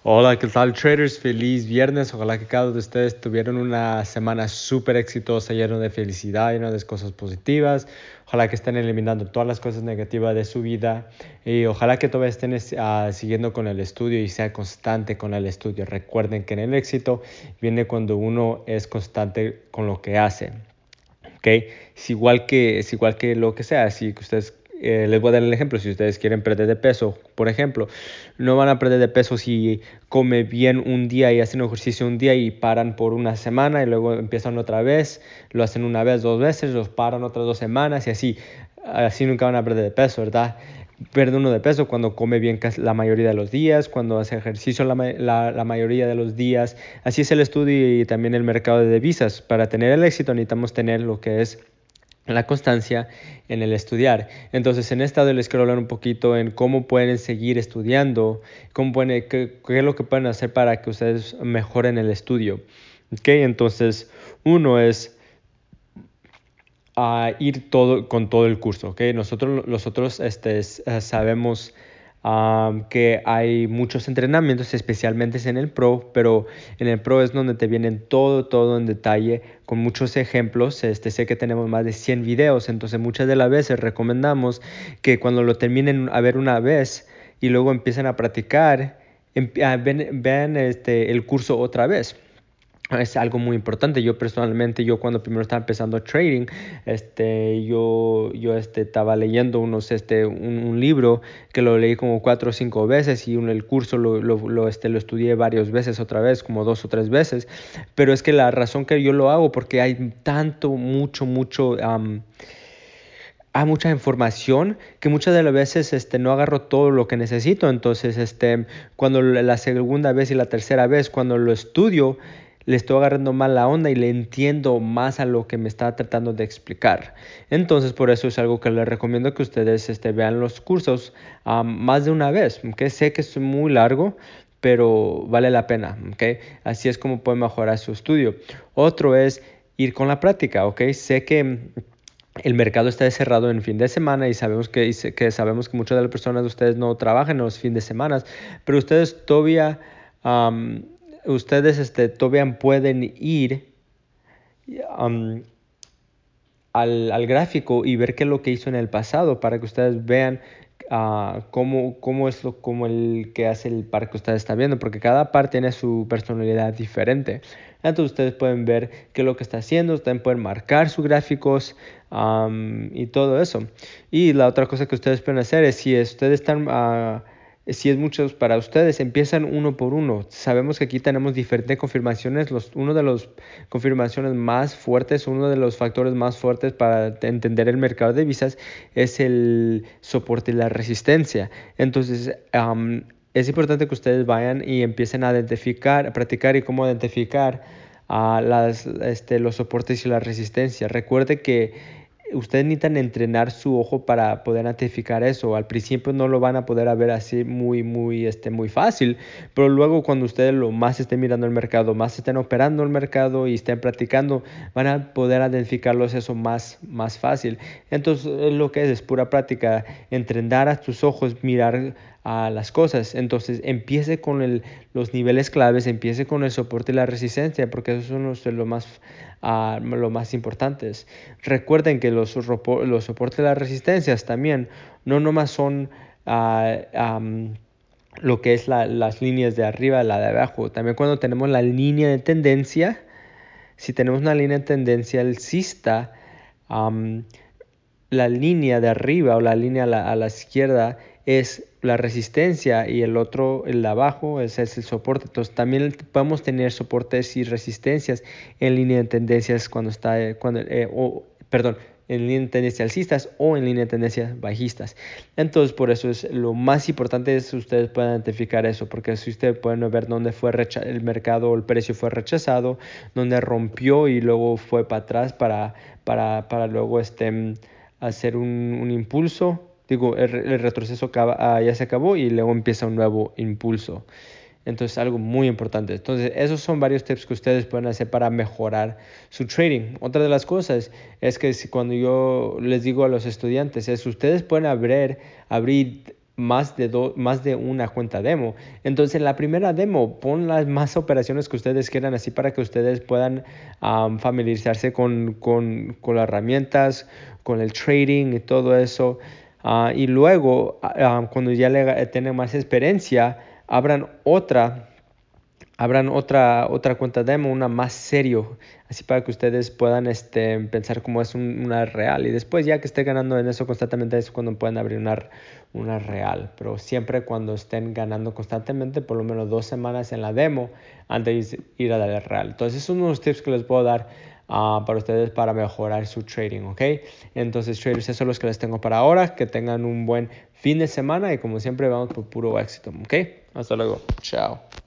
Hola, ¿qué tal traders? Feliz viernes. Ojalá que cada uno de ustedes tuvieran una semana súper exitosa, llena de felicidad, llena de cosas positivas. Ojalá que estén eliminando todas las cosas negativas de su vida y ojalá que todavía estén siguiendo con el estudio y sea constante con el estudio. Recuerden que en el éxito viene cuando uno es constante con lo que hace. ¿Okay? Es igual que lo que sea. Si ustedes les voy a dar el ejemplo. Si ustedes quieren perder de peso, por ejemplo, no van a perder de peso si comen bien un día y hacen ejercicio un día y paran por una semana y luego empiezan otra vez, lo hacen una vez, 2 veces, los paran otras 2 semanas y así nunca van a perder de peso, ¿verdad? Pierde uno de peso cuando come bien la mayoría de los días, cuando hace ejercicio la mayoría de los días. Así es el estudio y también el mercado de divisas. Para tener el éxito necesitamos tener lo que es la constancia en el estudiar. Entonces, en esta les quiero hablar un poquito en cómo pueden seguir estudiando, qué es lo que pueden hacer para que ustedes mejoren el estudio. ¿Okay? Entonces, uno es ir con todo el curso. ¿Okay? Nosotros sabemos que hay muchos entrenamientos, especialmente en el Pro, pero en el Pro es donde te vienen todo en detalle, con muchos ejemplos. Sé que tenemos más de 100 videos, entonces muchas de las veces recomendamos que cuando lo terminen a ver una vez y luego empiecen a practicar, vean el curso otra vez. Es algo muy importante. Yo personalmente, cuando primero estaba empezando trading, yo estaba leyendo un libro que lo leí como 4 o 5 veces y el curso lo estudié varias veces otra vez, como 2 o 3 veces. Pero es que la razón que yo lo hago porque hay hay mucha información que muchas de las veces no agarro todo lo que necesito. Entonces, cuando la segunda vez y la tercera vez, cuando lo estudio, le estoy agarrando más la onda y le entiendo más a lo que me está tratando de explicar. Entonces, por eso es algo que les recomiendo que ustedes vean los cursos más de una vez. ¿Okay? Sé que es muy largo, pero vale la pena. ¿Okay? Así es como pueden mejorar su estudio. Otro es ir con la práctica. ¿Okay? Sé que el mercado está cerrado en fin de semana y sabemos que muchas de las personas de ustedes no trabajan en los fines de semana, pero um, todavía pueden ir um, al gráfico y ver qué es lo que hizo en el pasado para que ustedes vean cómo es como el que hace el par que ustedes están viendo, porque cada par tiene su personalidad diferente. Entonces ustedes pueden ver qué es lo que está haciendo, ustedes pueden marcar sus gráficos y todo eso. Y la otra cosa que ustedes pueden hacer es si es muchos para ustedes, empiezan uno por uno. Sabemos que aquí tenemos diferentes confirmaciones. Uno de los confirmaciones más fuertes, uno de los factores más fuertes para entender el mercado de divisas es el soporte y la resistencia. Entonces, es importante que ustedes vayan y empiecen a practicar y cómo identificar los soportes y la resistencia. Recuerde que ustedes necesitan entrenar su ojo para poder identificar eso. Al principio no lo van a poder ver así muy fácil, pero luego cuando ustedes lo más estén mirando el mercado, más estén operando el mercado y estén practicando, van a poder identificarlos eso más fácil. Entonces, lo que es pura práctica, entrenar a tus ojos, mirar a las cosas. Entonces, empiece con los niveles claves, empiece con el soporte y la resistencia, porque esos son lo más importantes. Recuerden que los soportes y las resistencias también no nomás son lo que es las líneas de arriba, la de abajo. También cuando tenemos la línea de tendencia, si tenemos una línea de tendencia alcista, la línea de arriba o la línea a la izquierda es la resistencia y el de abajo es el soporte. Entonces también podemos tener soportes y resistencias en línea de tendencias en línea de tendencias alcistas o en línea de tendencias bajistas. Entonces por eso es lo más importante es que ustedes puedan identificar eso, porque si ustedes pueden ver dónde fue el mercado o el precio fue rechazado, dónde rompió y luego fue para atrás para luego hacer un impulso. El retroceso ya se acabó y luego empieza un nuevo impulso. Entonces, algo muy importante. Entonces, esos son varios tips que ustedes pueden hacer para mejorar su trading. Otra de las cosas es que cuando yo les digo a los estudiantes, ustedes pueden abrir más de una cuenta demo. Entonces, en la primera demo, pon las más operaciones que ustedes quieran, así para que ustedes puedan familiarizarse con las herramientas, con el trading y todo eso. Y luego, cuando ya tengan más experiencia, abran otra cuenta demo, una más serio, así para que ustedes puedan pensar cómo es una real. Y después, ya que esté ganando en eso constantemente, es cuando pueden abrir una real. Pero siempre cuando estén ganando constantemente, por lo menos 2 semanas en la demo, antes de ir a la real. Entonces, esos son unos tips que les puedo dar para ustedes para mejorar su trading, ¿ok? Entonces, traders, esos son los que les tengo para ahora. Que tengan un buen fin de semana y como siempre, vamos por puro éxito, ¿ok? Hasta luego. Chao.